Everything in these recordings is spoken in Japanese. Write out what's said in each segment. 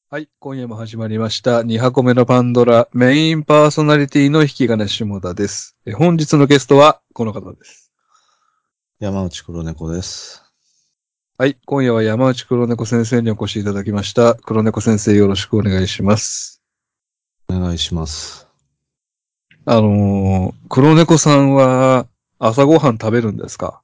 はい、今夜も始まりました。2箱目のパンドラ、メインパーソナリティの引き金下田です。本日のゲストはこの方です。 山内黒猫です。 はい、今夜は山内黒猫先生にお越しいただきました。黒猫先生よろしくお願いします。 お願いします。 黒猫さんは朝ごはん食べるんですか？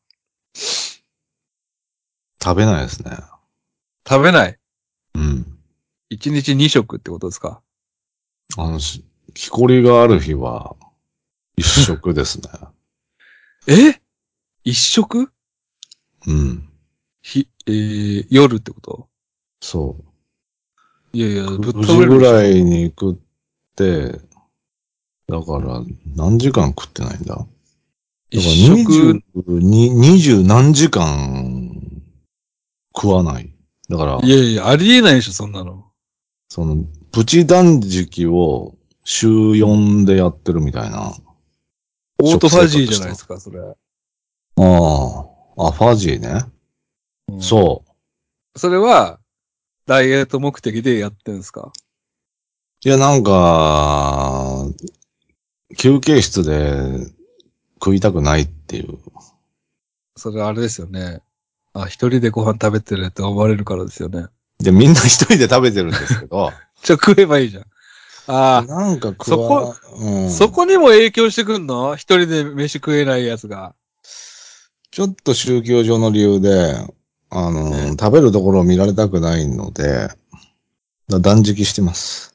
食べないですね。 食べない。 うん。 1日2食ってことですか？ 木こりがある日は一食ですね。 え ?1 食？ うん。 夜ってこと？ そいやいや、 う。 ぶっ 9 倒れるでし時ぐらいょ。 に食って、だから何時間食ってないんだ。だか一ら食、 20何時間食わない。だから、 いやいや、ありえないでしょ、そんなの。 プチ断食を週うん。 4でやってるみたいなオート食ファジー生活してます。 じゃないですか、それ。 ファジーね。 うん。 そう。 それは、ダイエット目的でやってんですか？ いや、休憩室で食いたくないっていう。 それあれですよね。あ、一人でご飯食べてるって思われるからですよね。 で、みんな一人で食べてるんですけど、 食えばいいじゃん。ああ、 なんかそこ、 うん。 そこにも影響してくんの？一人で飯食えないやつが。 ちょっと宗教上の理由で、 ね。 食べるところを見られたくないので、断食してます。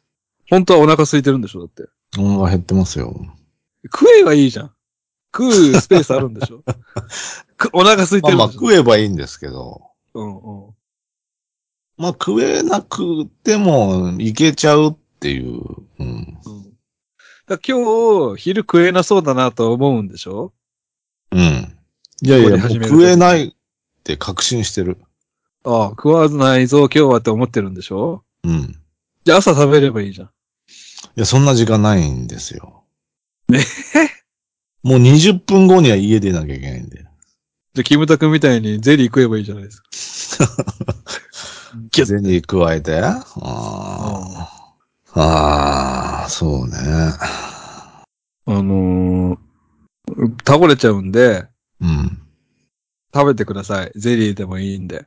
本当はお腹空いてるんでしょ？だって。 お腹減ってますよ。 食えばいいじゃん。食うスペースあるんでしょ？お腹空いてるんでしょ？だって。 食えばいいんですけど、 うんうん。 食えなくてもいけちゃうっていう。うん。 うん。だから今日、昼食えなそうだなと思うんでしょ？ うん。いやいや、もう木こり始める食ときに。 えないって確信してる。 ああ、食わないぞ、今日はって思ってるんでしょ？ うん。 じゃあ朝食べればいいじゃん。 いや、そんな時間ないんですよ。 ね。 もう20分後には家出なきゃいけないんで。 じゃあ、キムタクみたいにゼリー食えばいいじゃないですか。ギュッて。 ゼリー加えてうん。 そうね。 あの倒れちゃうんで、 うん。 食べてください。ゼリーでもいいんで。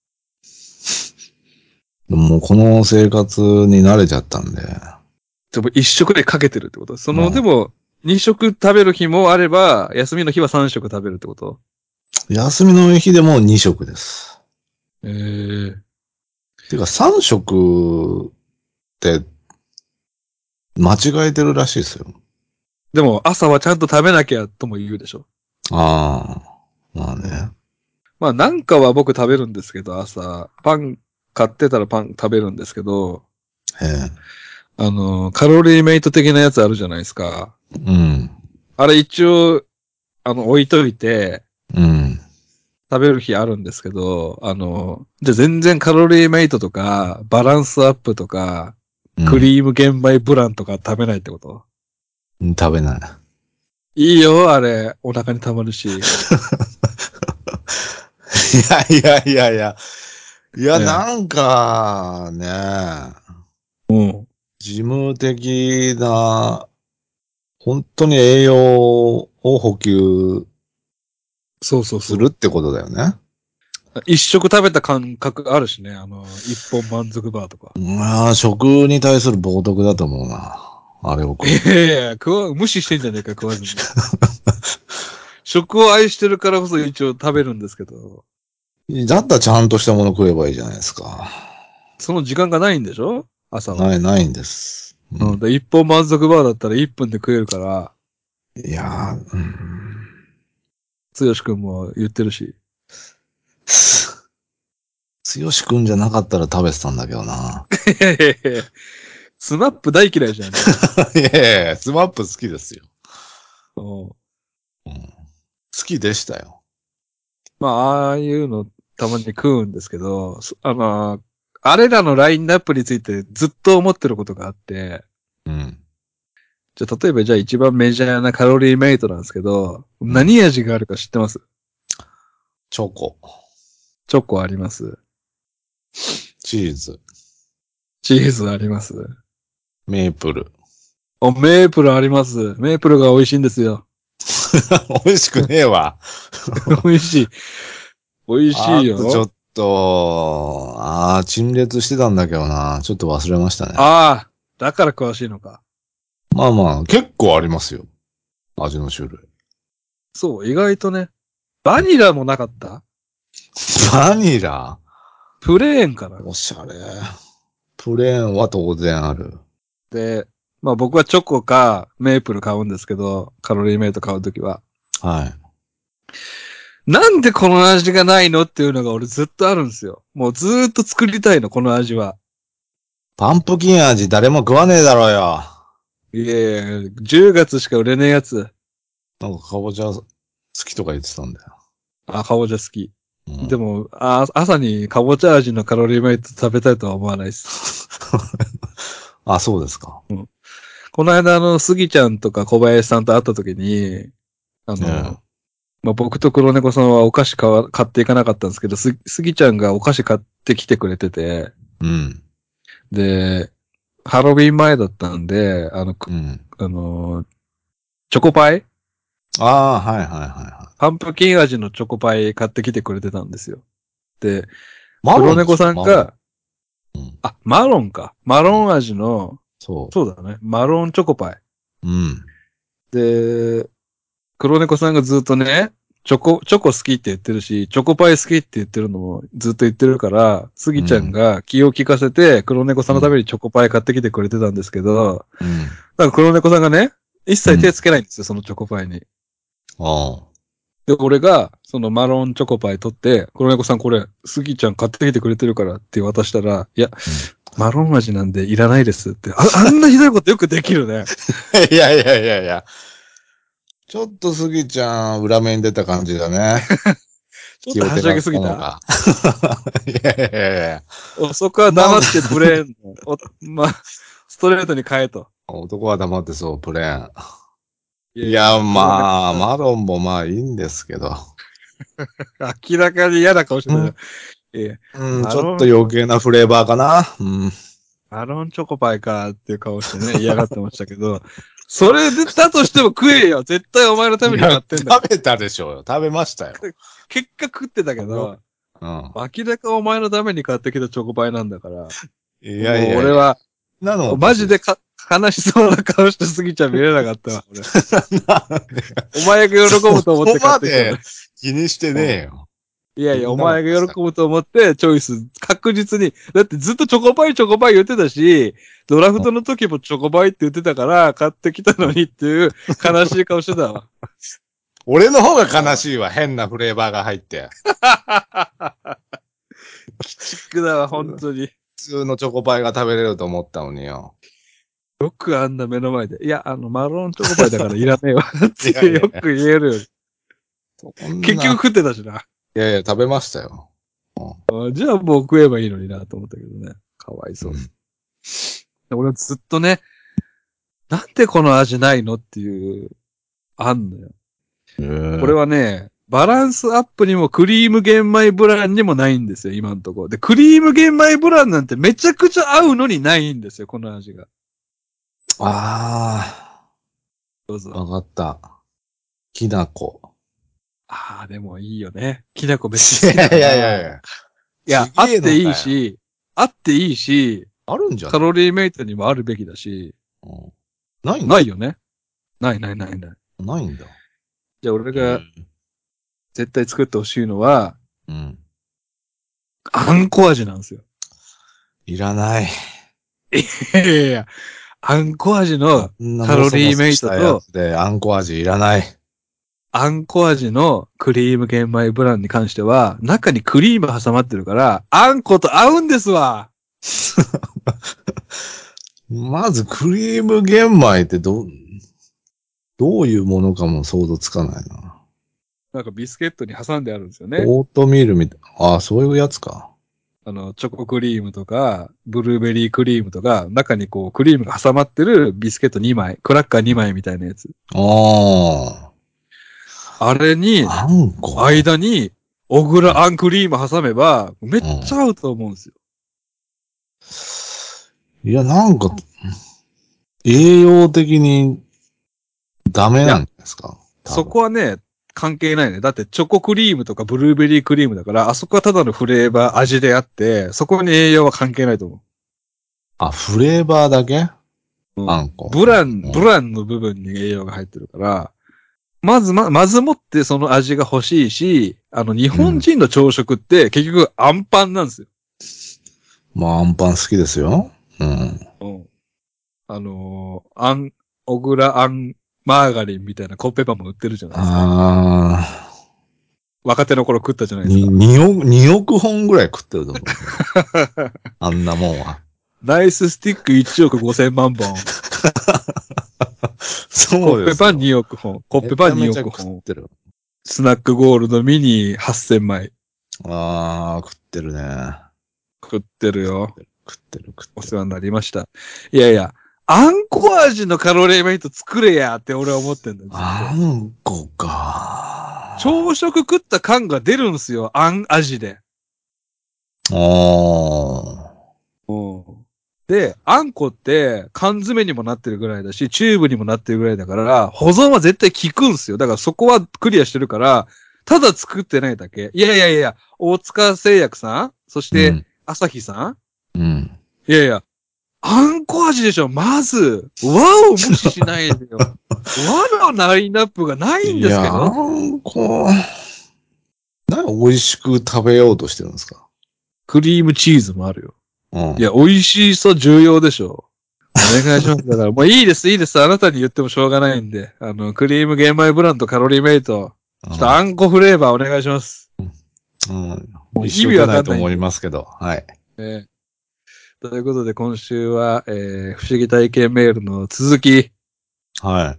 でももうこの生活に慣れちゃったんで。 でも一食でかけてるってこと？でうん。 も、二食食べる日もあれば、休みの日は三食食べるってこと？ 休みの日でも2食です。 ええ。 てか3食って間違えてるらしいですよ。 でも、朝はちゃんと食べなきゃとも言うでしょ。 ああ。まあうん。 ね。 まあ、なんかは僕食べるんですけど、朝、パン買ってたらパン食べるんですけど、 へえ。 カロリーメイト的なやつあるじゃないですか。 うん。 あれ一応、置いといて、 うん。 食べる日あるんですけど、じゃあ全然カロリーメイトとか、バランスアップとか、 うん。 クリーム玄米ブランとか食べないってこと？ 食べない。 いいよ、あれ。お腹に溜まるし。 いやいやいやいや。いや、 ええ。 なんかね、 うん。 事務的な、本当に栄養を補給そうそうするそってことだよね。 う。一食食べた感覚あるしね。一本満足バーとか。 まあ、食に対する冒涜だと思うな。あれをい食うの。 やいや、無視してんじゃねえか、食わずに。食を愛してるからこそ一応食べるんですけど、 だったらちゃんとしたもの食えばいいじゃないですか。 その時間がないんでしょ？朝は。 ないんです。ううん。 ん。 で、一本満足バーだったら一分で食えるから、 いやー、うん。 つよしくんも言ってるし。 つよしくんじゃなかったら食べてたんだけどな。 いやいやいや、スマップ大嫌いじゃん、じゃあ。 いやいや、スマップ好きですよ。 うん。 うん、好きでしたよ。 まあ、ああいうのたまに食うんですけど、あれらのラインナップについてずっと思ってることがあって、 うん。 じゃあ、例えばじゃあ一番メジャーなカロリーメイトなんですけど、 うん。 何味があるか知ってます？ チョコ、 チョコあります。 チーズ。 チーズあります。 メープル。 メープルあります。メープルが美味しいんですよ。 美味しくねえわ。 美味しい。美味しいよ。 あとちょっと、陳列してたんだけどな。ちょっと忘れましたね。 ああ、だから詳しいのか。 まあまあ、結構ありますよ。味の種類。 そう、意外とね。バニラもなかった？ バニラプレーンかな。 おしゃれ。プレーンは当然ある。 で、まあ僕はチョコかメープル買うんですけど、カロリーメイト買うときは。 はい。 なんでこの味がないのっていうのが俺ずっとあるんですよ。もうずーっと作りたいの、この味は。 パンプキン味誰も食わねえだろうよ。 いやいや、10月しか売れねえやつ。 なんかかぼちゃ好きとか言ってたんだよ。 あ、かぼちゃ好き。 うん、 でも、朝にかぼちゃ味のカロリーメイト食べたいとは思わないです。 あ、そうですか。 この間スギちゃんとか小林さんと会った時に、あねえ。 の、まあ、僕と黒猫さんはお菓子買っていかなかったんですけど、スギちゃんがお菓子買ってきてくれてて、 うん。 で、ハロウィン前だったんで、 うん。 あの、チョコパイああ、はいはいはいはパンプキン味のチョコパイ買ってきてくれてたんですよ。で、 い。マロンで黒猫しょマロン。 さんが、 うん。 マロンか。マロン味の、 そそうだね。マロンチョコパイ。 う。うん。 で、黒猫さんがずっとね、チョコ好きって言ってるし、チョコパイ好きって言ってるのもずっと言ってるから、スギちゃんうん。 が気を利かせて、黒猫さんのたうん。 めにチョコパイ買ってきてくれてたんですけど、 うん。 だから黒猫さんがね、一うん。 切手つけないんですよ、そのチョコパイに。 ああ。 で、俺が、そのマロンチョコパイ取って、黒猫さんこれ、スギちゃん買ってきてくれてるからって渡したら、いや、 うん。 マロン味なんでいらないですって。あんなひどいことよくできるね。 いやいやいやいや。ちょっとスギちゃん、裏目に出た感じだね。 ちょっとはしゃ気を手がっぎすぎた。 たのか。いやいやいやいや。 そこはまず、 黙ってプレーンの、ストレートに変えと。 男は黙ってそう、プレーン。いや、 いやいや、黒猫まあ、 さん、 マロンもまあいいんですけど。 明らかに嫌な顔してうん、 たじゃん。いや、 うん、ちょっとマロン、 余計なフレーバーかな。うん。 マロンチョコパイかっていう顔してね、嫌がってましたけど、それで、だとしても食えよ。絶対お前のためにいや、 買ってんだから。 食べたでしょうよ。食べましたよ。 結果食ってたけど、 うん。 明らかお前のために買ってきたチョコパイなんだから、 いやいもうやいや。 俺は、 なのおかしいです。 マジで悲しそうな顔してすぎちゃ見れなかったわ、俺。 なんでお前が喜ぶと思って買っそこまでてきたんだ。 気にしてねえよ。 いやいや、お気になかっ前たっすか。 が喜ぶと思ってチョイス確実に。だってずっとチョコパイチョコパイ言ってたし、ドラフトの時もチョコパイって言ってたから買ってきたのにっていう悲しい顔してたわ。 俺の方が悲しいわ。変なフレーバーが入って。 鬼畜だわ、本普当に。 通のチョコパイが食べれると思ったのによ。 よくあんな目の前で。いや、マロンチョコパイだからいらねえわ。っいやてよいやいや。 く言えるよ。 そんな。 結局食ってたしな。 いやいや、食べましたよ。 じゃあもう食えばいいのになと思ったけどね。かわいそうに。 うん。 俺はずっとね、なんでこの味ないのっていう、あんのよ。これへえ。 はね、バランスアップにもクリーム玄米ブランにもないんですよ、今んところ。で、クリーム玄米ブランなんてめちゃくちゃ合うのにないんですよ、この味が。 ああ、 どうぞ。 わかった。きなこ。 ああ、でもいいよね。きなこめっちゃ好きだかいやいやいやいら。 や。 いや、あちげえっていいのかよ。 し、あっていいし、 あるんじゃねカロリーメイトにもあるべきだし、 うん、ないんですかないよね。ないないないない。 ないんだ。 じゃあ俺がえ絶対作ってほしいのは、 うん。 あんこ味なんですよ。 いらない。 いやいやいや、あんこ味このんなカもそもロリーメイそしたやトと、 つであんこ味いらない。 あんこ味のクリーム玄米ブランに関しては、中にクリーム挟まってるから、あんこと合うんですわ。 まずクリーム玄米ってどういうものかも想像つかないな。 なんかビスケットに挟んであるんですよね。 オートミールみたい。ああ、そういうやつか。 チョコクリームとか、ブルーベリークリームとか、中にこう、クリームが挟まってるビスケット2枚、クラッカー2枚みたいなやつ。 ああれに、 あ、あんこ。 間に、小倉あんクリーム挟めば、めっちゃ合うと思うんですよ。 いや、なんか、栄養的にダメなんですか？ そこはね、関係ないね。だってチョコクリームとかブルーベリークリームだから、あそこはただのフレーバー味であって、そこに栄養は関係ないと思あ、フレーバーだけう。うん。 あんこ。 ブランの部分に栄養が入ってるから、まずもってその味が欲しいし、日本人の朝食って結局アンパンなんですよ。 まあ、アンパン好きですよ。うん。 うん。小倉あんマーガリンみたいなコッペパンも売ってるじゃないですか。 あ若手の頃食ったじゃないー、 ですか。 2億本ぐらい食ってると思う。あんなもんは。 ライススティック1億5000万本。コッペパンそうですよ。 2億本。コッめペパン2 ちゃめちゃ億本。 食ってる。 スナックゴールドミニ8000枚。 あー、食ってるね。 食ってるよ。 食ってる、食ってる。 お世話になりました。いやいや、あんこ味のカロリーメイト作れやって俺は思ってんだよ、ずっと。 あんこか。 朝食食った感が出るんすよ、あん味で。 あー。 で、あんこって缶詰にもなってるぐらいだし、チューブにもなってるぐらいだから、保存は絶対効くんすよ。だからそこはクリアしてるから、ただ作ってないだけ。いやいやいや、大塚製薬さんそして、 うん。 朝日さんうん。 いやいや、あんこ味でしょ。まず、和を無視しないでよ。和のラインナップがないんいや、あですけどんこ、美味しく食べようとしてるんですか？ クリームチーズもあるよ。 うん。 いや、美味しさ重要でしょ。お願いします。だから、もういいです、いいです。あなたに言ってもしょうがないんで。クリーム玄米ブランドカロリーメイト。ちょっとあんこフレーバーお願いします。 うん。 もう意味わ一生出ないと思いかんないんで。 ますけど。はい。 えということで、今週は、不思議体験メールの続き、 はい。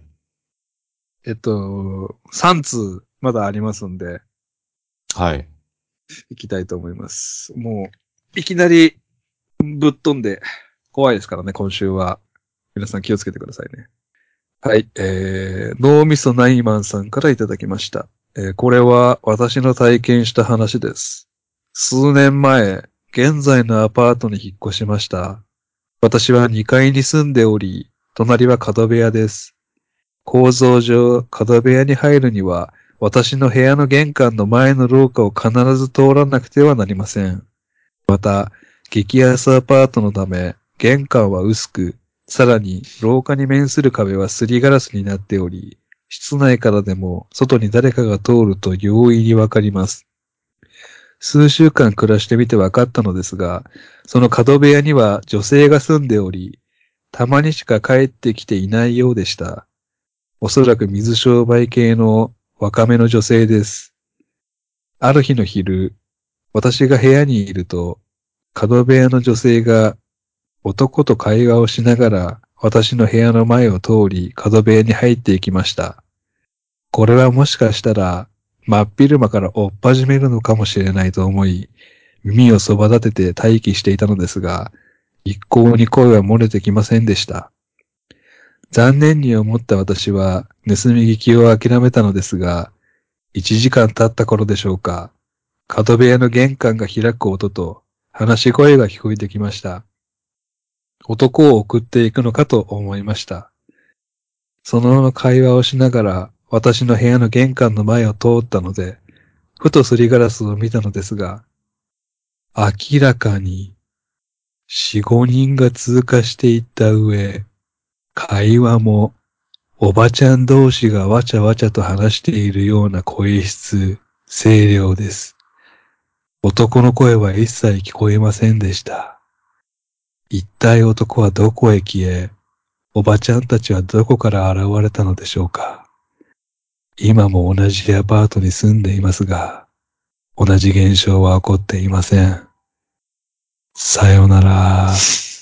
3通まだありますんで、 はい。 いきたいと思います。もう、いきなりぶっ飛んで怖いですからね、今週は。皆さん気をつけてくださいね。はい、脳みそナイマンさんからいただきました。これは私の体験した話です。数年前、現在のアパートに引っ越しました。私は2階に住んでおり、隣は角部屋です。構造上、角部屋に入るには、私の部屋の玄関の前の廊下を必ず通らなくてはなりません。また、激安アパートのため、玄関は薄く、さらに廊下に面する壁はすりガラスになっており、室内からでも外に誰かが通ると容易にわかります。数週間暮らしてみて分かったのですが、その角部屋には女性が住んでおり、たまにしか帰ってきていないようでした。おそらく水商売系の若めの女性です。ある日の昼、私が部屋にいると、角部屋の女性が男と会話をしながら私の部屋の前を通り角部屋に入っていきました。これはもしかしたら真っ昼間から追っ始めるのかもしれないと思い、耳をそば立てて待機していたのですが、一向に声は漏れてきませんでした。残念に思った私は盗み聞きを諦めたのですが、1時間経った頃でしょうか、角部屋の玄関が開く音と話し声が聞こえてきました。男を送っていくのかと思いました。そのまま会話をしながら私の部屋の玄関の前を通ったので、ふとすりガラスを見たのですが、明らかに4、5人が通過していった上、会話もおばちゃん同士がわちゃわちゃと話しているような声質、声量です。男の声は一切聞こえませんでした。一体男はどこへ消え、おばちゃんたちはどこから現れたのでしょうか。今も同じアパートに住んでいますが、同じ現象は起こっていません。さよなら。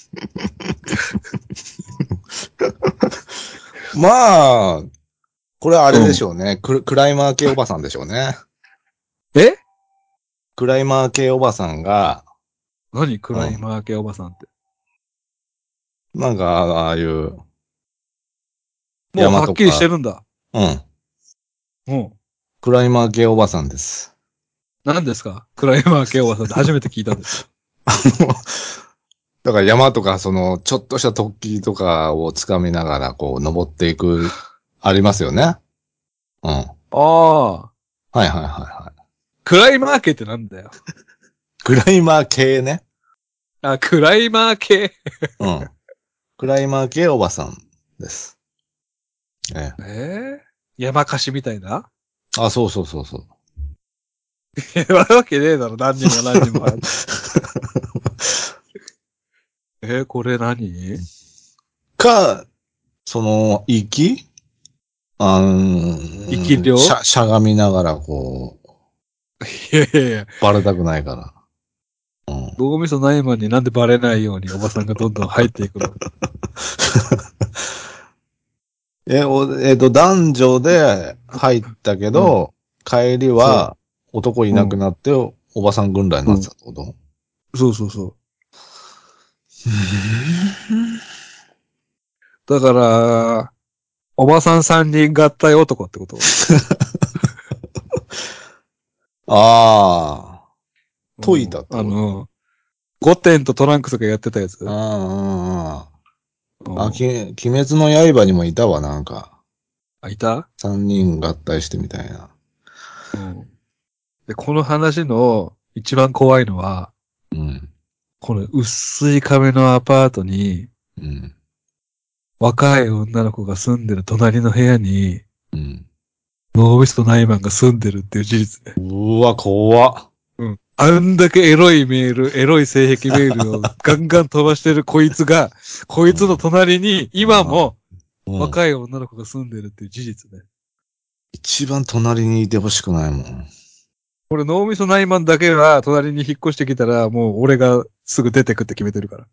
まあ、これはあれでうん。 しょうね。クライマー系おばさんでしょうね。 えクライマー系おばさんが、 何クライうん。 マー系おばさんって。 なんか、ああいうもうはっきりして山とか、 るんだ。 うん。 うん。 クライマー系おばさんです。 何ですかクライマー系おばさんって初めて聞いたんですけど。 だから山とか、ちょっとした突起とかを掴みながら、登っていく、ありますよね。うん。はいああ、 はいはいはい。 クライマー系ってなんだよ。 クライマー系ね。 あ、クライマー系。 うん。クライマー系おばさんです。ええ。 山貸しみたいな。 あ、そうそうそうそう。 やるわけねえだろ、何人も何人も。これ何？ か、行き生き量？ しゃがみながらいやいやいや、 バレたくないから。うん。 脳みそないまになんでバレないようにおばさんがどんどん入っていくの？ 男女で入ったけうん。 ど、帰りそは男いう。うん。 なくなって、おばさん軍団になってたってこと？ そうそうそう。だから、おばさん三人合体男ってこと？ ああ、 うん。 解いたってこと？ ゴテンとトランクスがやってたやつ。 あうあ、 ん。 鬼滅の刃にもいたわ、なんか。 あ、いた？ 三人合体してみたいな。 うん。で、この話の一番怖いのは、 うん、 この薄い壁のアパートに、 うん、 若い女の子が住んでる隣の部屋に、 うん。 ノーベストナイマンが住んでるっていう事実ね。 うわ、怖っ。 うん。あんだけエロいメール、エロい性癖メールをガンガン飛ばしてるこいつが、こいつのうん、 隣に今もうん。 若い女の子が住んでるっていう事実ね。 一番隣にいてほしくないもん。 俺脳みそナイマンだけは隣に引っ越してきたらもう俺がすぐ出てくって決めてるから。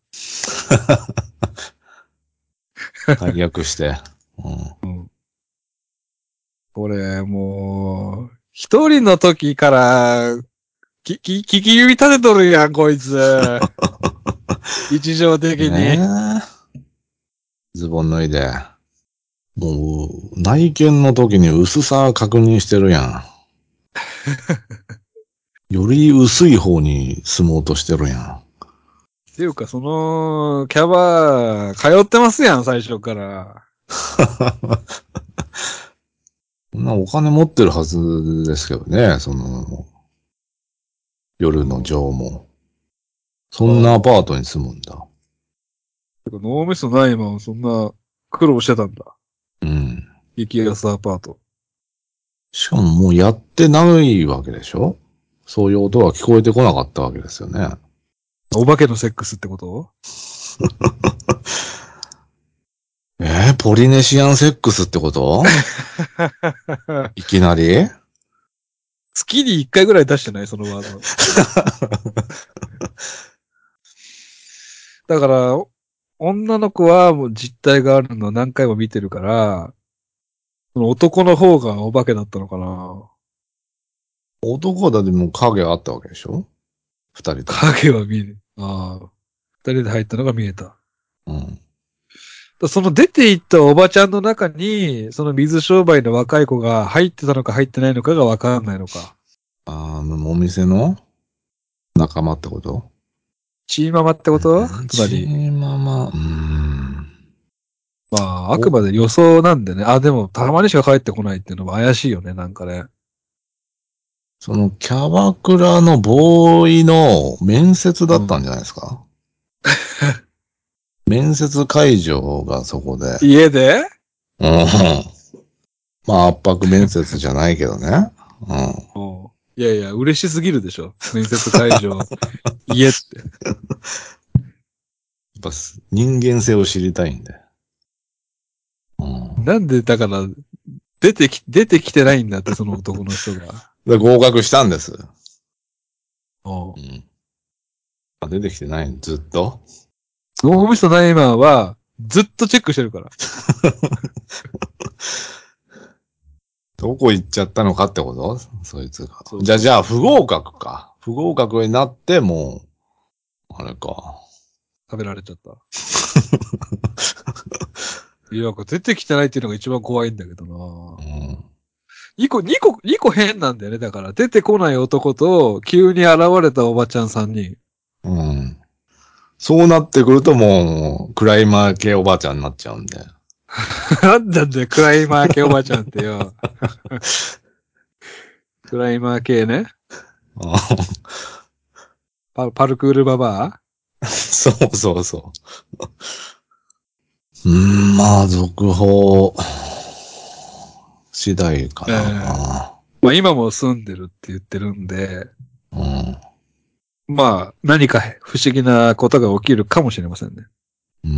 解約して。うん。 うん。これもう、一人の時から聞き指立てとるやん、こいつ。日常的に。 ねえ。ズボン脱いで。もう、内見の時に薄さ確認してるやん。より薄い方に住もうとしてるやん。 っていうか、キャバ、通ってますやん、最初から。 そんなお金持ってるはずですけどね、夜のジうん。 ョーも。そあんなアパーあ。 トに住むんだ。 てか脳みそないままそんな苦労してたんだ。 うん。 激安アパート。 しかももうやってないわけでしょ？そういう音は聞こえてこなかったわけですよね。 お化けのセックスってこと？ ポリネシアンセックスってこと？いきなり？ 月に一回ぐらい出してないそのワード。だから、女の子はもう実体があるのを何回も見てるから、その男の方がお化けだったのかな。 男だってもう影があったわけでしょ？二人とも。 影は見える。ああ。二人で入ったのが見えた。 うん。 その出て行ったおばちゃんの中に、その水商売の若い子が入ってたのか入ってないのかがわかんないのか。 お店の仲間ってこと？ チーママってことチ隣。 ーママ、 まあ、あくお、 まで予想なんでね。あ、でも、たまにしか帰ってこないっていうのも怪しいよね、なんかね。 そのキャバクラのボーイの面接だうん。 ったんじゃないですか？面接会場がそこで。 家で？ うん。まあ圧迫面接じゃないけどね。うん。やうん。いやいや、嬉しすぎるでしょ。面接会場、家って。 っぱ人間性を知りたいんで。うん。 なんで、だから、出てきてないんだって、その男の人が。 で、合格したんです。 うん。 うん。あ、出てきてないずっと。 脳みそナイマーは、ずっとチェックしてるから。 どこ行っちゃったのかってこと？そいつが。 そうそうじゃあ、 そうそう。 不合格か。不合格になって、もう、あれか。 食べられちゃった。いや、これ出てきてないっていうのが一番怖いんだけどな。 うん。 二個変なんだよね。だから、出てこない男と、急に現れたおばちゃん3人。 うん。 そうなってくるともう、クライマー系おばあちゃんになっちゃうんで。 なんだってクライマー系おばちゃんってよ。クライマー系ね。パルクールババそうそうそう。まあ、続報次第かア。 な。 まあ今も住んでるって言ってるんで、 うん。 まあ何か不思議なことが起きるかもしれませんね。 うん。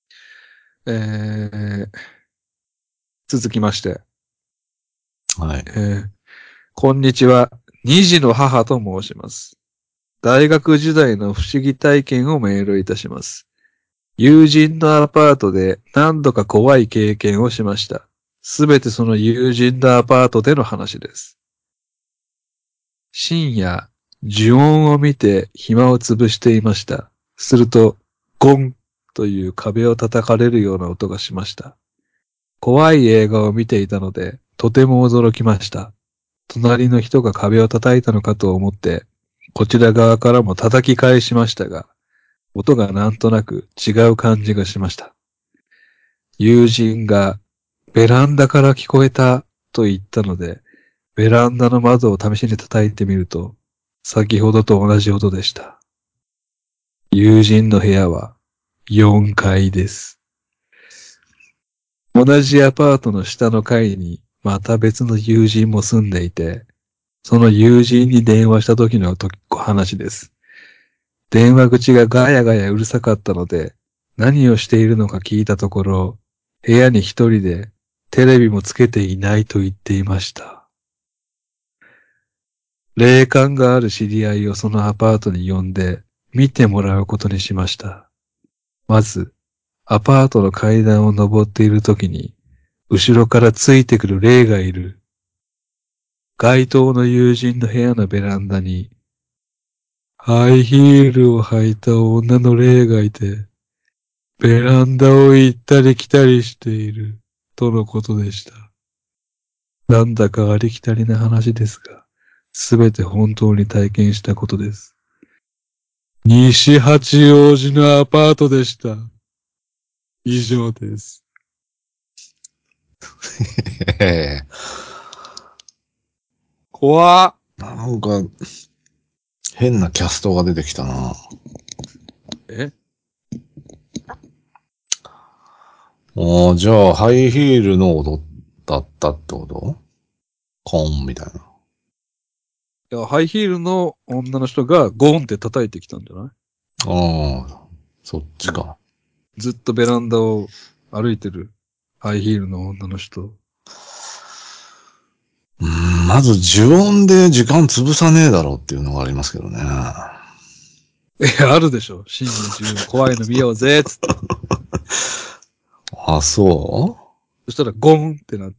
えー、続きまして、 はい。 こんにちは。二児の母と申します。大学時代の不思議体験をメールいたします。友人のアパートで何度か怖い経験をしました。すべてその友人のアパートでの話です。深夜、呪音を見て暇を潰していました。すると、ゴンという壁を叩かれるような音がしました。怖い映画を見ていたので、とても驚きました。隣の人が壁を叩いたのかと思って、こちら側からも叩き返しましたが、音がなんとなく違う感じがしました。友人がベランダから聞こえたと言ったので、ベランダの窓を試しに叩いてみると、先ほどと同じ音でした。友人の部屋は4階です。同じアパートの下の階にまた別の友人も住んでいて、その友人に電話した時の話です。電話口がガヤガヤうるさかったので、何をしているのか聞いたところ、部屋に一人でテレビもつけていないと言っていました。霊感がある知り合いをそのアパートに呼んで見てもらうことにしました。まず、アパートの階段を登っているときに、後ろからついてくる霊がいる。該当の友人の部屋のベランダに、ハイヒールを履いた女の霊がいて、ベランダを行ったり来たりしている、とのことでした。なんだかありきたりな話ですが、すべて本当に体験したことです。西八王子のアパートでした。以上です。 ええ。 怖っ。 なんか、変なキャストが出てきたな。 えじゃあ、ハイヒールの踊だったってことコーンみたいな。 いや、ハイヒールの女の人がゴーンって叩いてきたんじゃない？ ああ、そっちか。 ずっとベランダを歩いてるハイヒールの女の人。 まず呪音で時間潰さねえだろうっていうのがありますけどね。 あるでしょ。深夜中怖いの見ようぜ、つって。 あ、そそしたらゴンってなって、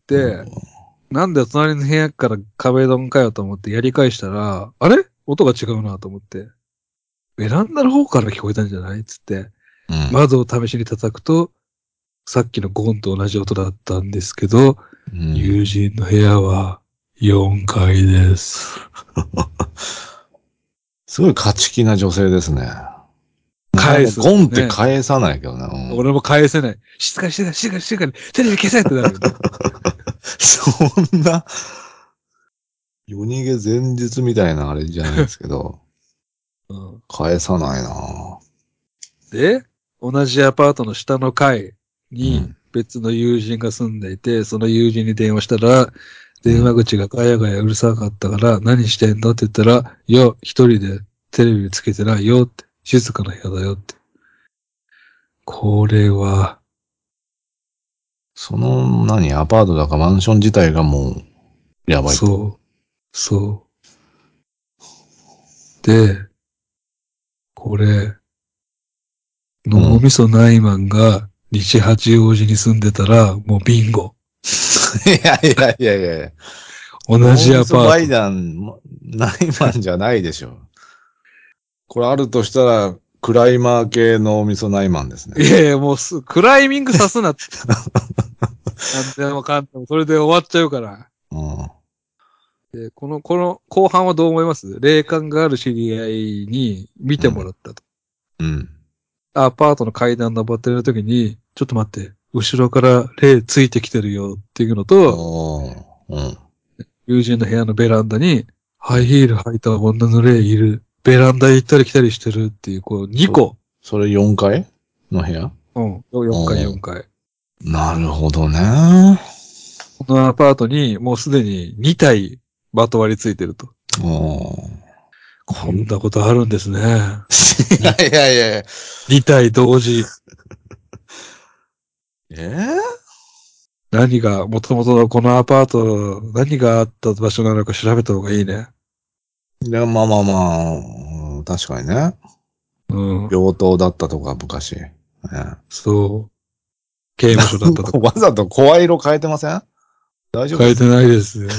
なんだよ、隣の部屋から壁ドンかよと思ってやり返したら、あれ音が違うなと思って。ベランダの方から聞こえたんじゃないつって、 う。うん。 窓を試しに叩くと、さっきのゴンと同じ音だったんですけど、 うん。 友人の部屋は4階です。 すごい勝ち気な女性ですね。なかな返すんだかゴンってよね。 返さないけどね。 俺も返せない。静かに静かに静かに静かに、テレビ消せってなるよね。 そんな、夜逃げ前日みたいなあれじゃないですけど、 うん、 返さないなで、同じアパートの下の階にうん。 別の友人が住んでいて、その友人に電話したら、電話うん。 口がガヤガヤうるさかったから、何してんのって言ったら、いや、一人でテレビつけてないよって、静かな部屋だよって。これは、 その、アパートだかマンション自体がもう、やばいと。 そう、そう。で、これ、脳うん。 みそナイマンが西八王子に住んでたら、もうビンゴ。 いやいやいやいやいや。 同じ脳みそアパート。 バイダン、ナイマンじゃないでしょ。これあるとしたら、クライマー系脳みそナイマンですね。 いやいや、もうクライミングさすなって。なんでもかんでも、それで終わっちゃうから。 うん。 で、この後半はどう思います？霊感がある知り合いに見てもうん。 らったと。 うん。 アパートの階段登ってる時に、ちょっと待って、後ろから霊ついてきてるよっていうのと、 うん。 友人の部屋のベランダに、ハイヒール履いた女の霊いる。ベランダ行ったり来たりしてるっていう、こう、2個。 それ4階の部屋？ うん。4階4階。 なるほどね。 このアパートにもうすでに2体まとわりついてると。こんなことあるんですね。 いやいやいや。 2体同時。何が、もともとのこのアパート、何があった場所なのか調べた方がいいね。 いや、まあまあまあ、確かにね。 うん。 病棟だったとか、昔。 そう。刑務所だったとか。 わざと声色変えてません？大丈夫ですか？ 変えてないですよ。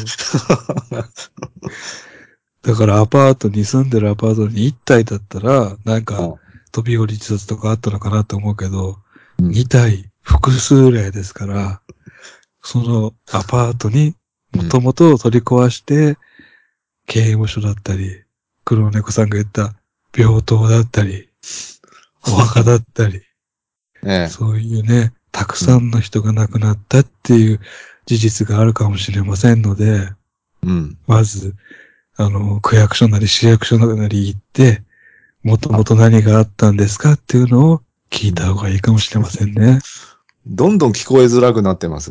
だからアパートに住んでるアパートに1体だったら、なんか飛び降り自殺とかあったのかなと思うけど、 うん 2体複数例ですから、そのアパートにもともと取り壊して、刑務所だったり、黒猫さんが言った病棟だったり、お墓だったり、 ええ。 そういうね、たくさんの人が亡くなったっていう事実があるかもしれませんので、 うん。 まず、区役所なり市役所なり行って、もともと何があったんですかっていうのを聞いた方がいいかもしれませんね。 どんどん聞こえづらくなってます。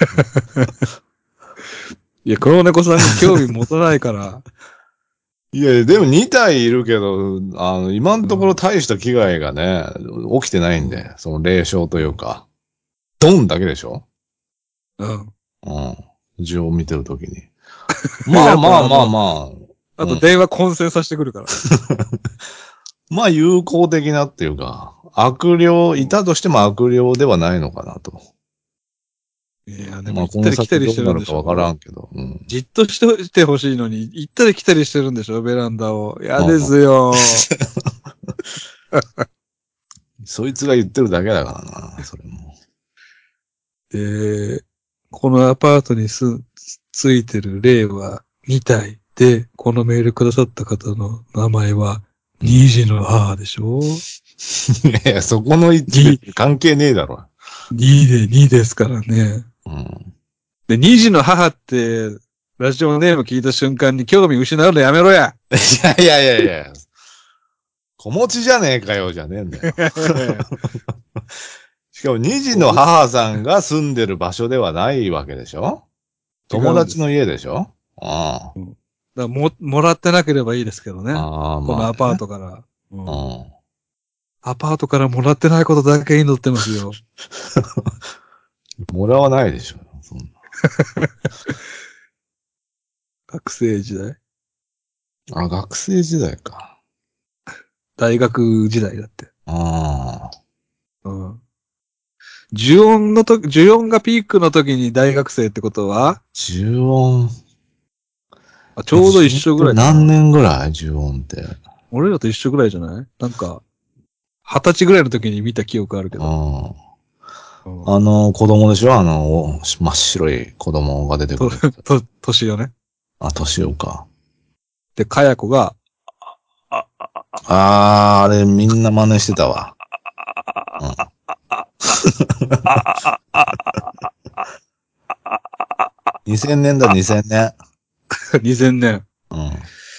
いや、黒猫さんが興味持たないから。 いや、でも2体いるけど、今のところ大した危害がね、起きてないんで、その霊障というか、ドンだけでしょ？ うん。 字を見てるときに。まあやっぱまあまあまあ。 あと電話混戦させてくるから。 まあ有効的なっていうか、悪霊、いたとしても悪霊ではないのかなと。 いや、でもまあ行ったり来たこの先どりしてるんでしうなるかわからょ？ んけど。 じっとしてほしいのに、行ったり来たりしてるんでしょベランダを。嫌ですよ。 そいつが言ってるだけだからな、それも。 で、このアパートについてる霊は2体で、このメールくださった方の名前は、2児の母でしょ？ いやいや、そこの1 2、 別に関係ねえだろ。 2で2ですからね。 うん。 で、2児の母って、ラジオネーム聞いた瞬間に興味失うのやめろや。 いやいやいやいや。子持ちじゃねえかよ、じゃねえんだよ。しかも2児の母さんが住んでる場所ではないわけでしょ？ 違友達のうんですよ。 家でしょ？あうん。だからもらってなければいいですけどあ。 ね。 ああ、 このアパーまあね。 トから。うん。 うん。 アパートからもらってないことだけ祈ってますよ。 もらわないでしょ。そんな。 学生時代。 あ、学生時代か。 大学時代だって。 ああ。 うん。受音がピークの時に大学生ってことは、 重音。 ちょうど一重音って緒ぐらいか何な。 年ぐらい？重音って。 俺らと一緒ぐらいじゃない？なんか、20歳ぐらいの時に見た記憶あるけど。 うん。 うん。 子供でしょ？真っ白い子供が出てくる。 年よね。 あ、年をか。 で、かやこが、 あれみんな真似してたわ。うん。2000年だ、2000年。 2000年。 うん。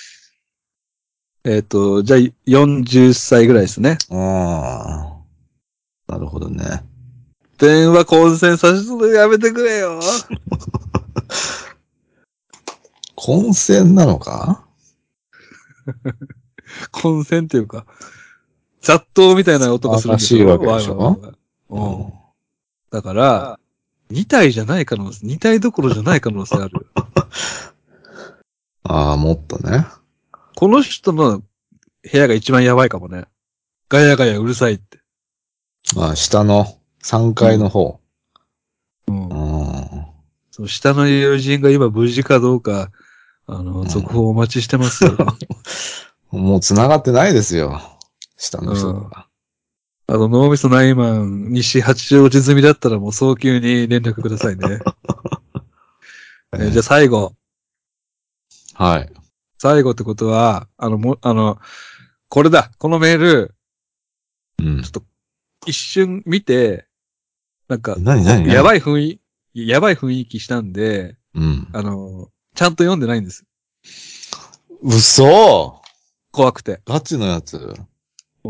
じゃあ40歳ぐらいですね。 ああ。なるほどね。 電話混戦させるのやめてくれよ。 混戦なのか？ 混戦っていうか、雑踏みたいな音がするんでし騒がしいわけでょ？わいしょ？ わいわい。 ううん。だから、2体じゃない可能性、2体どころじゃない可能性ある。 ああ、もっとね。 この人の部屋が一番やばいかもね。ガヤガヤうるさいって。 ああ、下の3階の方。 ううん。 ん。 その下の友人が今無事かどうか、続報お待ちしてますよ。 もう繋がってないですよ。下のうん。 人とか。 脳みそナイマン、西八王子済みだったらもう早急に連絡くださいね。じゃあ最後。 はい。 最後ってことは、これだ。このメール、 うん。 ちょっと一瞬見て、なんか、 何やばい雰囲気したんで、 うん。 ちゃんと読んでないんです。 嘘怖くて。 ガチのやつ。 うん。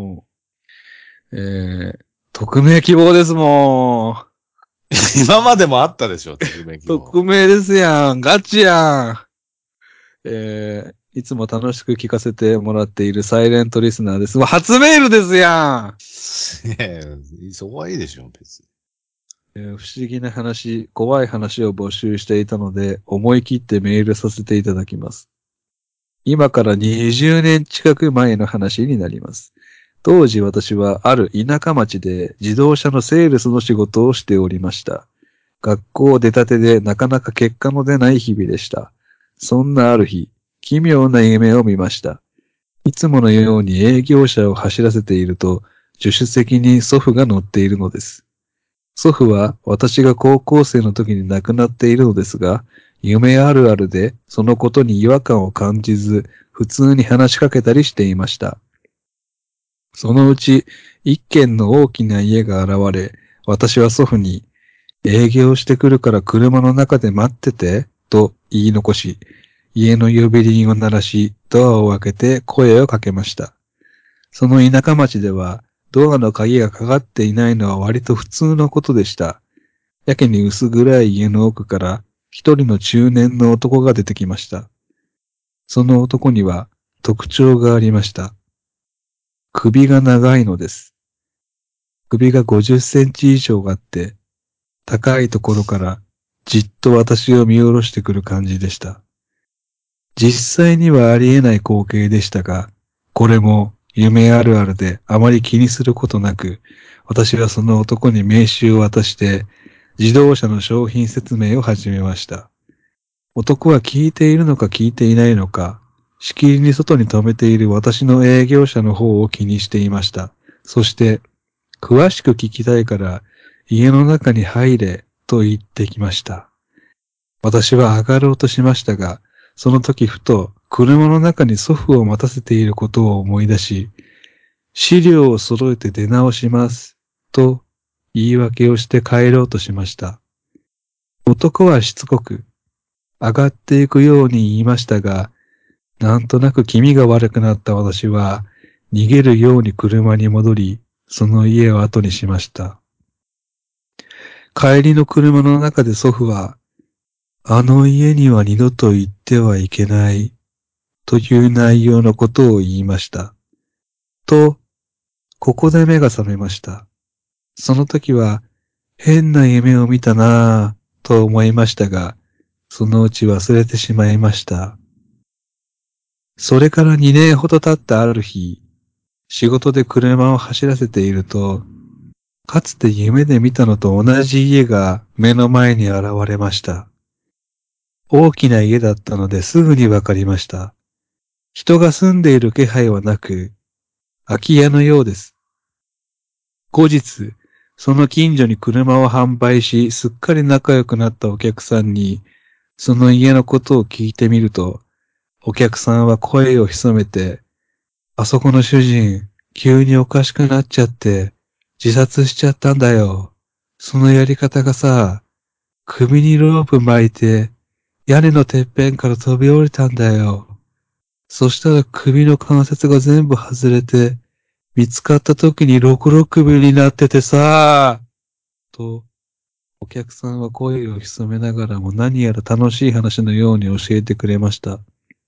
匿名希望ですもん。 今までもあったでしょ、匿名希望。 匿名ですやん。ガチやん。いつも楽しく聞かせてもらっているサイレントリスナーです。初メールですやいやいや、そこはいいでしょ、別に。 ん。不思議な話、怖い話を募集していたので、思い切ってメールさせていただきます。今から20年近く前の話になります。当時私はある田舎町で自動車のセールスの仕事をしておりました。学校出たてでなかなか結果の出ない日々でした。そんなある日、奇妙な夢を見ました。いつものように営業車を走らせていると、助手席に祖父が乗っているのです。祖父は私が高校生の時に亡くなっているのですが、夢あるあるでそのことに違和感を感じず、普通に話しかけたりしていました。そのうち一軒の大きな家が現れ、私は祖父に、営業してくるから車の中で待ってて、と言い残し、家の呼び鈴を鳴らし、ドアを開けて声をかけました。その田舎町では、ドアの鍵がかかっていないのは割と普通のことでした。やけに薄暗い家の奥から、一人の中年の男が出てきました。その男には特徴がありました。首が長いのです。首が50センチ以上あって、高いところからじっと私を見下ろしてくる感じでした。実際にはありえない光景でしたが、これも夢あるあるであまり気にすることなく、私はその男に名刺を渡して、自動車の商品説明を始めました。男は聞いているのか聞いていないのか、しきりに外に止めている私の営業車の方を気にしていました。そして、詳しく聞きたいから家の中に入れと言ってきました。私は上がろうとしましたが、その時ふと車の中に祖父を待たせていることを思い出し、資料を揃えて出直しますと言い訳をして帰ろうとしました。男はしつこく上がっていくように言いましたが、なんとなく気味が悪くなった私は逃げるように車に戻り、その家を後にしました。帰りの車の中で祖父は、あの家には二度と行ってはいけないという内容のことを言いました。と、ここで目が覚めました。その時は変な夢を見たなぁと思いましたが、そのうち忘れてしまいました。それから2年ほど経ったある日、仕事で車を走らせていると、かつて夢で見たのと同じ家が目の前に現れました。大きな家だったのですぐにわかりました。人が住んでいる気配はなく、空き家のようです。後日、その近所に車を販売し、すっかり仲良くなったお客さんに、その家のことを聞いてみると、お客さんは声を潜めて、あそこの主人、急におかしくなっちゃって、自殺しちゃったんだよ。そのやり方がさ、首にロープ巻いて、屋根のてっぺんから飛び降りたんだよ。そしたら首の関節が全部外れて、見つかった時にロクロ首になっててさ、と、お客さんは声を潜めながらも何やら楽しい話のように教えてくれました。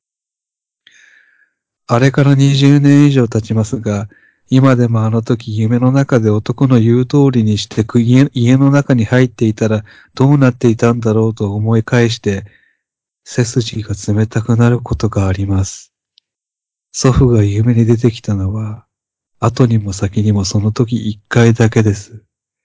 あれから20年以上経ちますが、今でもあの時夢の中で男の言う通りにして家の中に入っていたらどうなっていたんだろうと思い返して、背筋が冷たくなることがあります。祖父が夢に出てきたのは、後にも先にもその時一回だけです。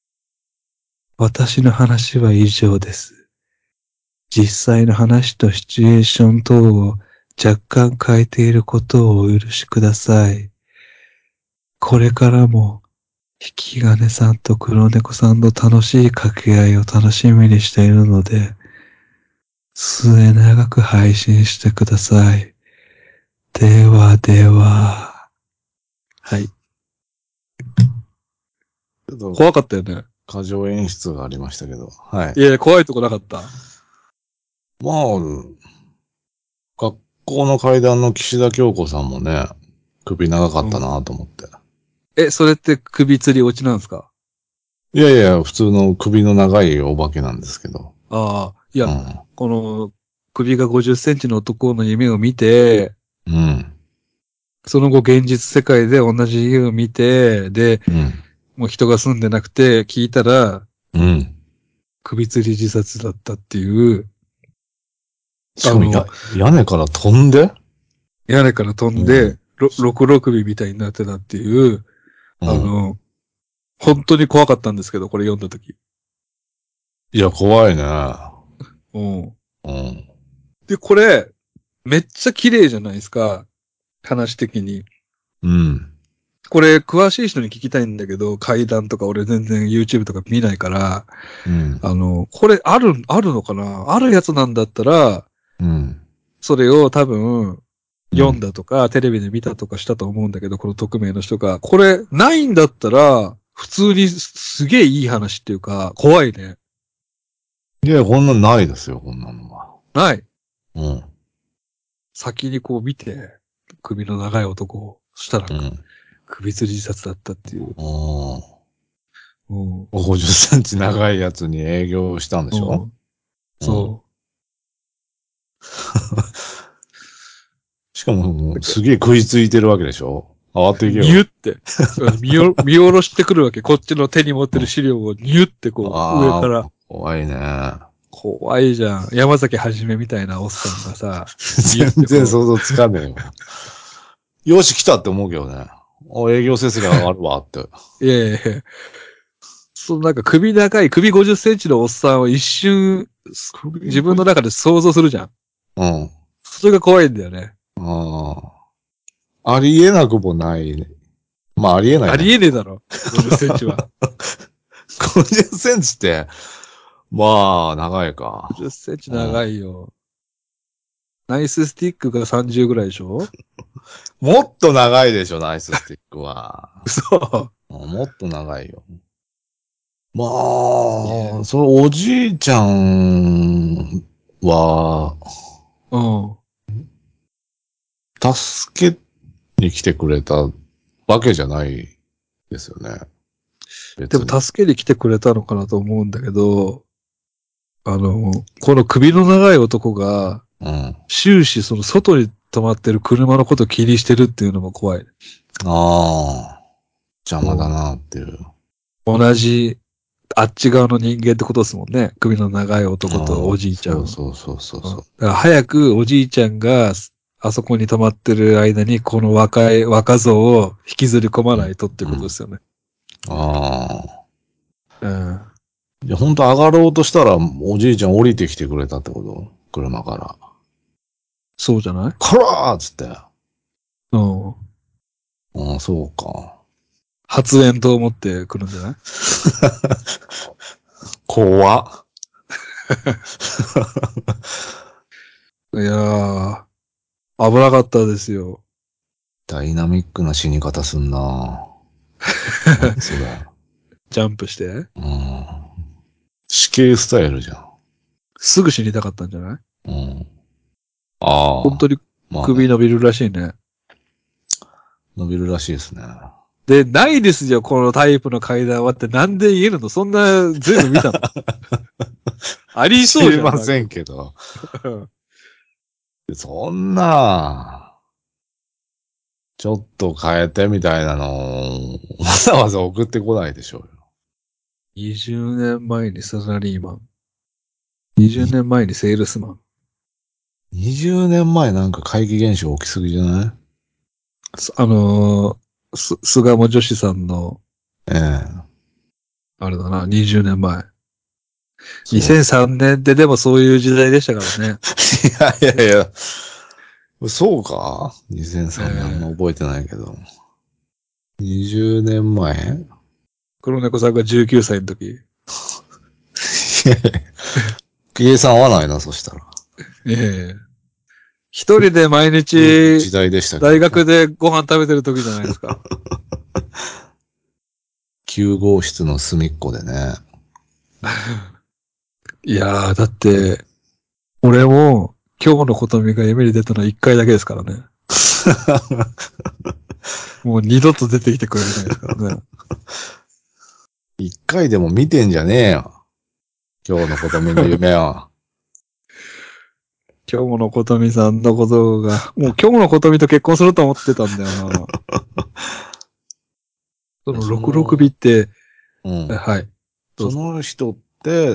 私の話は以上です。実際の話とシチュエーション等を若干変えていることをお許しください。これからも、引き金さんと黒猫さんの楽しい掛け合いを楽しみにしているので、末永く配信してください。ではでは。はい。 ちょっと、 怖かったよね。 過剰演出がありましたけど。はい。 いや、怖いとこなかった。 まあ、学校の階段の岸田京子さんもね、首長かったなと思って。 それって首吊り落ちなんですか？ いやいや、普通の首の長いお化けなんですけど。 ああ、いや、 うん。 この首が50センチの男の夢を見て、 うん。 その後現実世界で同じ家を見て、で、 うん。 もう人が住んでなくて聞いたら、 うん。 首吊り自殺だったっていう、 しかもの、 屋根から飛んで。 屋根から飛うん。 んで、六六首みたいになってたっていう、 うん。 本当に怖かったんですけど、これ読んだとき。 いや、怖いね。 うん。 うん。 で、これ、めっちゃ綺麗じゃないですか。話的に。 うん。 これ、詳しい人に聞きたいんだけど、怪談とか俺全然 YouTube とか見ないから、 うん。 これあるのかなあるやつなんだったら、 うん。 それを多分、読んうん。 だとか、テレビで見たとかしたと思うんだけど、この匿名の人が。これ、ないんだったら、普通にすげえいい話っていうか、怖いね。 いや、こんなんないですよ、こんなのは。 ない。 うん。 先にこう見て、首の長い男を、そしたら、 うん。 首吊り自殺だったっていう。 うん。 うん。 50センチ長いやつに営業したんでしょ？ うん。 うん。 そしかも、もう。 うすげえ食いついてるわけでしょ？慌てけよ。 ニュって、見下ろしてくるわけ。こっちの手に持ってる資料をニュってこう、上ああ、 から。 怖いね。 怖いじゃん。山崎はじめみたいなおっさんがさ、ニュっ全てこ然想像つかねえわ。よし、来たって思うけどね。営業成績上がるわって。 う、いやいやいや、そのなんか首長い、首50センチのおっさんを一瞬、自分の中で想像するじゃん。 うん。 それが怖いんだよね。 ああ。ありえなくもないね。まあ、ありえないあんだけど。 りえねえだろ。50センチは。 50センチって、まあ、長いか。 50センチうん。 長いよ。ナイススティックが30ぐらいでしょ？ もっと長いでしょ、ナイススティックは。 嘘。 もっと長いよ。まいや、 あ、おじいちゃんは、 うん。 助けに来てくれたわけじゃないですよね。 で別に。 も助けに来てくれたのかなと思うんだけど、この首の長い男がうん。 終始その外に止まってる車のことを気にしてるっていうのも怖い。 ああ、邪魔だうん。 なっていう。 同じ、あっち側の人間ってことですもんね。首の長い男とおああ、 じいちゃん。 そうそうそうそううん。だそから早くおじいちゃんがあそこに止まってる間にこの若造を引きずり込まう。うん。 ないとってうん。 ことですよね。 ああ。 うん。 じゃあ本当上がろうとしたら、おじいちゃん降りてきてくれたってこと？車から。 そうじゃない？ こらーっつって。 うん。 ああ、そうか。 発煙筒を持ってくるんじゃない？ 怖っ。 いやー、危なかったですよ。 ダイナミックな死に方すんな。何それ。 ジャンプして。 うん。死刑スタイルじゃん。 すぐ死にたかったんじゃない？ うん。ああ。 本当にまあね。 首伸びるらしいね。 伸びるらしいですね。 で、ないですよ、このタイプの階段はってなんで言えるの？そんな、全部見たの？あり知そうじゃん、なんか。 りませんけど。そんな、ちょっと変えてみたいなのを、わざわざ送ってこないでしょうよ。 20年前にサラリーマン。20年前にセールスマン。 20年前なんか怪奇現象起きすぎじゃない？ 巣鴨女子さんの、 ええ。 あれだな、20年前。 そう。 2003年ってでもそういう時代でしたからね。 いやいやいや。そうか？ え 2003 年あんまー、 覚えてないけど。20年前？ 黒猫さんが19歳の時。 いやいや計算合わないな、そしたら。 ええ、一人で毎日、 古い時代でしたけどね。 大学でご飯食べてる時じゃないですか。 9号室の隅っこでね。 いやー、だって、俺も、今日のことみが夢に出たのは1回だけですからね。もう二度と出てきてくれないですからね。 一回でも見てんじゃねえよ。今日のことみの夢を。 今日のことみさんのことが、もう今日のことみと結婚すると思ってたんだよな。その66尾って、 うん。 はい。どうそぞ。 の人って、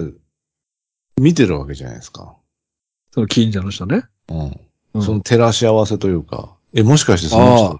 見てるわけじゃないですか。 その近所の人ね。 うん。 うん。 その照らし合わせというか、もしかしてその人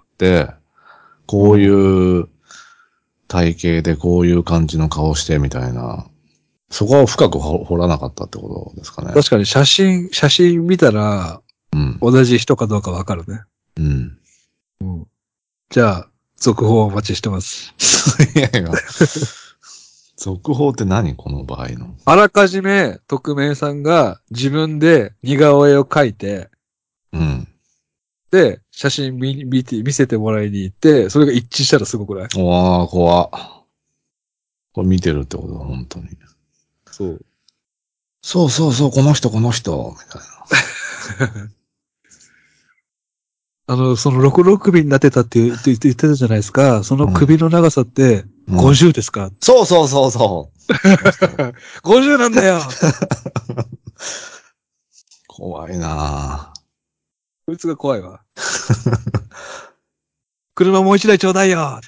ああ。 って、こういう体型でこういう感じの顔してみたいな、そこは深く掘らなかったってことですかね。 確かに写真見たら、 うん。 同じ人かどうかわかるね。 うん。 うん。じゃあ、続報をお待ちしてます。 いやいや、続報って何この場合の。 あらかじめ、匿名さんが自分で似顔絵を描いて、 うん。 で、写真見せてもらいに行って、それが一致したらすごくない？ うわー、怖っ。これ見てるってことだ、本当に。 そう。 そうそうそう、この人、みたいその66尾になってたって言ってたじゃないですか。そのな。 首の長さってうん。うん。 50ですか？ そうそうそうそう。 50 なんだよ。 怖いなぁ。 こいつが怖いわ。車もう一台ちょうだいよ。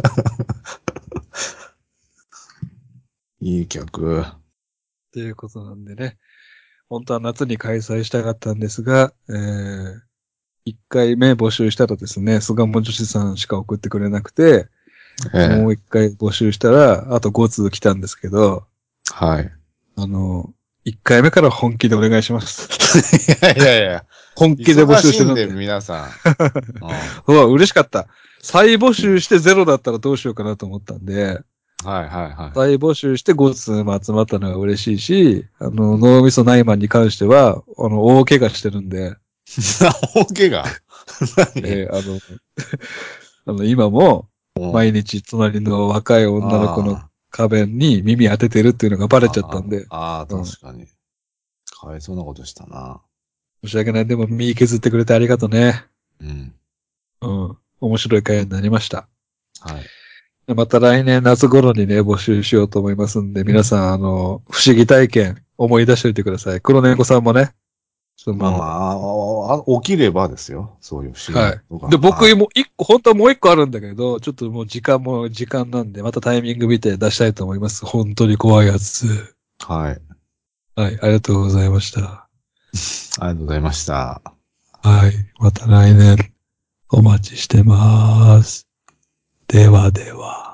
いい客。 ということなんでね。本当は夏に開催したかったんですが、1回目募集したらですね、巣鴨女子さんしか送ってくれなくて、 ええ。 もう1回募集したら、あと5通来たんですけど、 はい。 1回目から本気でお願いします。 いやいやいや。 本気で募忙しいんで、 集してるんで。 皆さん。うん。 うわ、嬉しかった。再募集してゼロだったらどうしようかなと思ったんで、 はいはいは再募集して5通も集まったのが嬉しいし、脳みそナイマンに関しては、大怪我してるんで、 い。大怪我何？ えー今も、 うん。 毎日隣の若い女の子のあ壁に耳当ててるっていうのがバレあ。 ちゃったんで、うん。 確かに。かわいそうなことしたな。 申し訳ない。でも、身削ってくれてありがとね。 うん。 うん。面白い会になりました。 はい。 また来年夏頃にね、募集しようと思いますんで、皆さん、不思議体験思い出しておいてください。黒猫さんもね、 まあま起きればですよ。そういう不思議なはい。 ことが。 で、僕はい。 も本当はもう一個あるんだけど、ちょっともう時間なんで、またタイミング見て出したいと思います。本当に怖いやつ。 はい。 はい、ありがとうございました。 ありがとうございました。 はい、また来年お待ちしてます。ではでは。